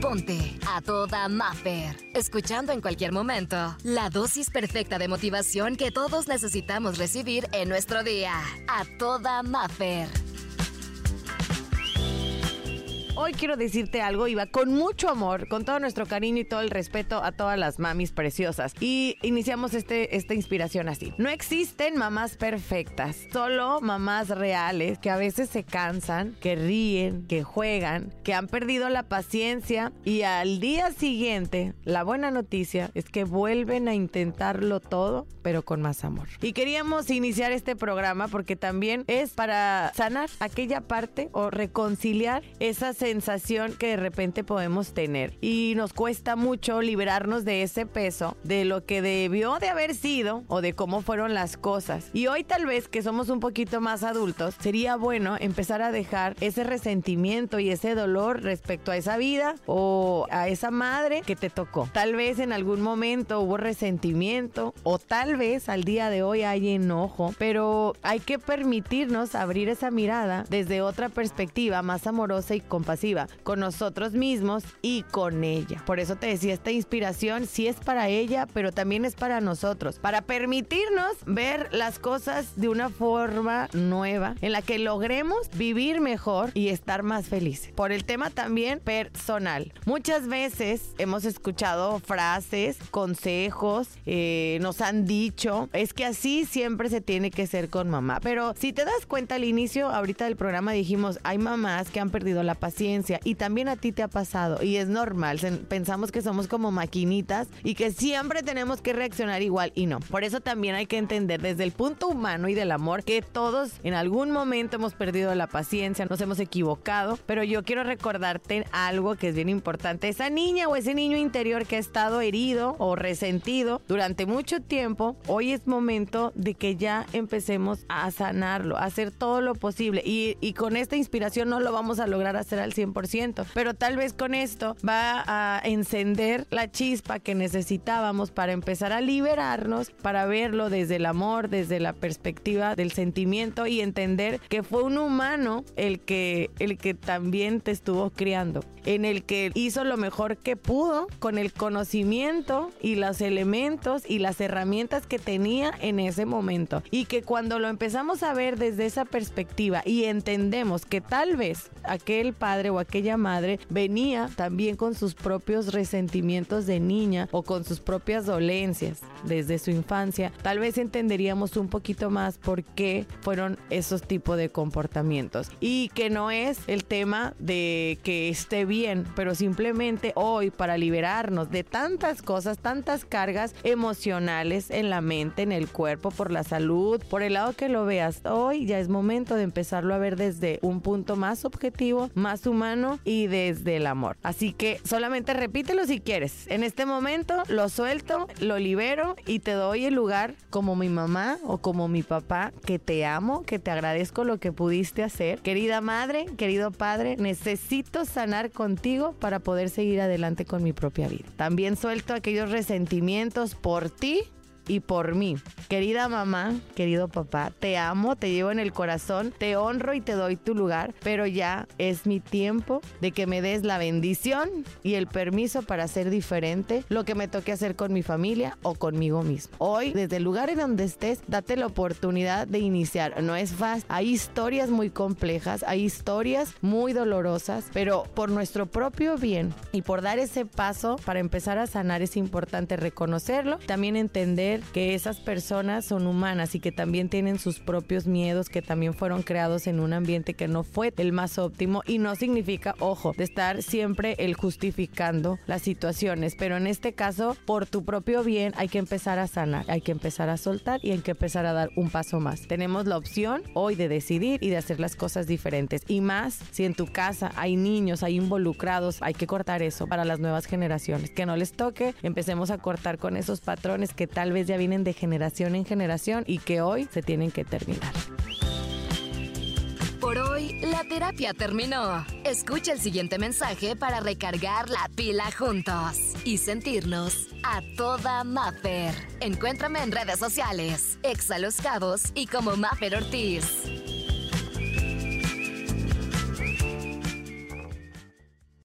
Ponte a toda Maffer. Escuchando en cualquier momento la dosis perfecta de motivación que todos necesitamos recibir en nuestro día. A toda Maffer. Hoy quiero decirte algo, Iva, con mucho amor, con todo nuestro cariño y todo el respeto a todas las mamis preciosas. Y iniciamos esta inspiración así. No existen mamás perfectas, solo mamás reales que a veces se cansan, que ríen, que juegan, que han perdido la paciencia y al día siguiente, la buena noticia es que vuelven a intentarlo todo, pero con más amor. Y queríamos iniciar este programa porque también es para sanar aquella parte o reconciliar esa sensación que de repente podemos tener y nos cuesta mucho liberarnos de ese peso, de lo que debió de haber sido o de cómo fueron las cosas. Y hoy tal vez que somos un poquito más adultos, sería bueno empezar a dejar ese resentimiento y ese dolor respecto a esa vida o a esa madre que te tocó. Tal vez en algún momento hubo resentimiento o tal vez al día de hoy hay enojo, pero hay que permitirnos abrir esa mirada desde otra perspectiva más amorosa y compasiva con nosotros mismos y con ella. Por eso te decía, esta inspiración sí es para ella, pero también es para nosotros, para permitirnos ver las cosas de una forma nueva, en la que logremos vivir mejor y estar más felices. Por el tema también personal. Muchas veces hemos escuchado frases, consejos, nos han dicho, es que así siempre se tiene que ser con mamá. Pero si te das cuenta al inicio, ahorita del programa dijimos, hay mamás que han perdido la paciencia y también a ti te ha pasado y es normal, pensamos que somos como maquinitas y que siempre tenemos que reaccionar igual y no. Por eso también hay que entender desde el punto humano y del amor que todos en algún momento hemos perdido la paciencia, nos hemos equivocado, pero yo quiero recordarte algo que es bien importante. Esa niña o ese niño interior que ha estado herido o resentido durante mucho tiempo, hoy es momento de que ya empecemos a sanarlo, a hacer todo lo posible y con esta inspiración no lo vamos a lograr hacer al 100%, pero tal vez con esto va a encender la chispa que necesitábamos para empezar a liberarnos, para verlo desde el amor, desde la perspectiva del sentimiento y entender que fue un humano el que también te estuvo criando, en el que hizo lo mejor que pudo con el conocimiento y los elementos y las herramientas que tenía en ese momento, y que cuando lo empezamos a ver desde esa perspectiva y entendemos que tal vez aquel padre o aquella madre venía también con sus propios resentimientos de niña o con sus propias dolencias desde su infancia, tal vez entenderíamos un poquito más por qué fueron esos tipos de comportamientos, y que no es el tema de que esté bien, pero simplemente hoy, para liberarnos de tantas cosas, tantas cargas emocionales en la mente, en el cuerpo, por la salud, por el lado que lo veas, hoy ya es momento de empezarlo a ver desde un punto más objetivo, más humano y desde el amor. Así que solamente repítelo si quieres. En este momento lo suelto, lo libero y te doy el lugar como mi mamá o como mi papá, que te amo, que te agradezco lo que pudiste hacer. Querida madre, querido padre, necesito sanar contigo para poder seguir adelante con mi propia vida. También suelto aquellos resentimientos por ti y por mí. Querida mamá, querido papá, te amo, te llevo en el corazón, te honro y te doy tu lugar, pero ya es mi tiempo de que me des la bendición y el permiso para hacer diferente lo que me toque hacer con mi familia o conmigo mismo. Hoy, desde el lugar en donde estés, date la oportunidad de iniciar. No es fácil, hay historias muy complejas, hay historias muy dolorosas, pero por nuestro propio bien y por dar ese paso para empezar a sanar es importante reconocerlo, también entender que esas personas son humanas y que también tienen sus propios miedos, que también fueron creados en un ambiente que no fue el más óptimo, y no significa, ojo, de estar siempre el justificando las situaciones, pero en este caso, por tu propio bien, hay que empezar a sanar, hay que empezar a soltar y hay que empezar a dar un paso más. Tenemos la opción hoy de decidir y de hacer las cosas diferentes, y más si en tu casa hay niños, hay involucrados, hay que cortar eso para las nuevas generaciones, que no les toque, empecemos a cortar con esos patrones que tal vez ya vienen de generación en generación y que hoy se tienen que terminar. Por hoy, la terapia terminó. Escucha el siguiente mensaje para recargar la pila juntos y sentirnos a toda Maffer. Encuéntrame en redes sociales, Exa Los Cabos y como Maffer Ortiz.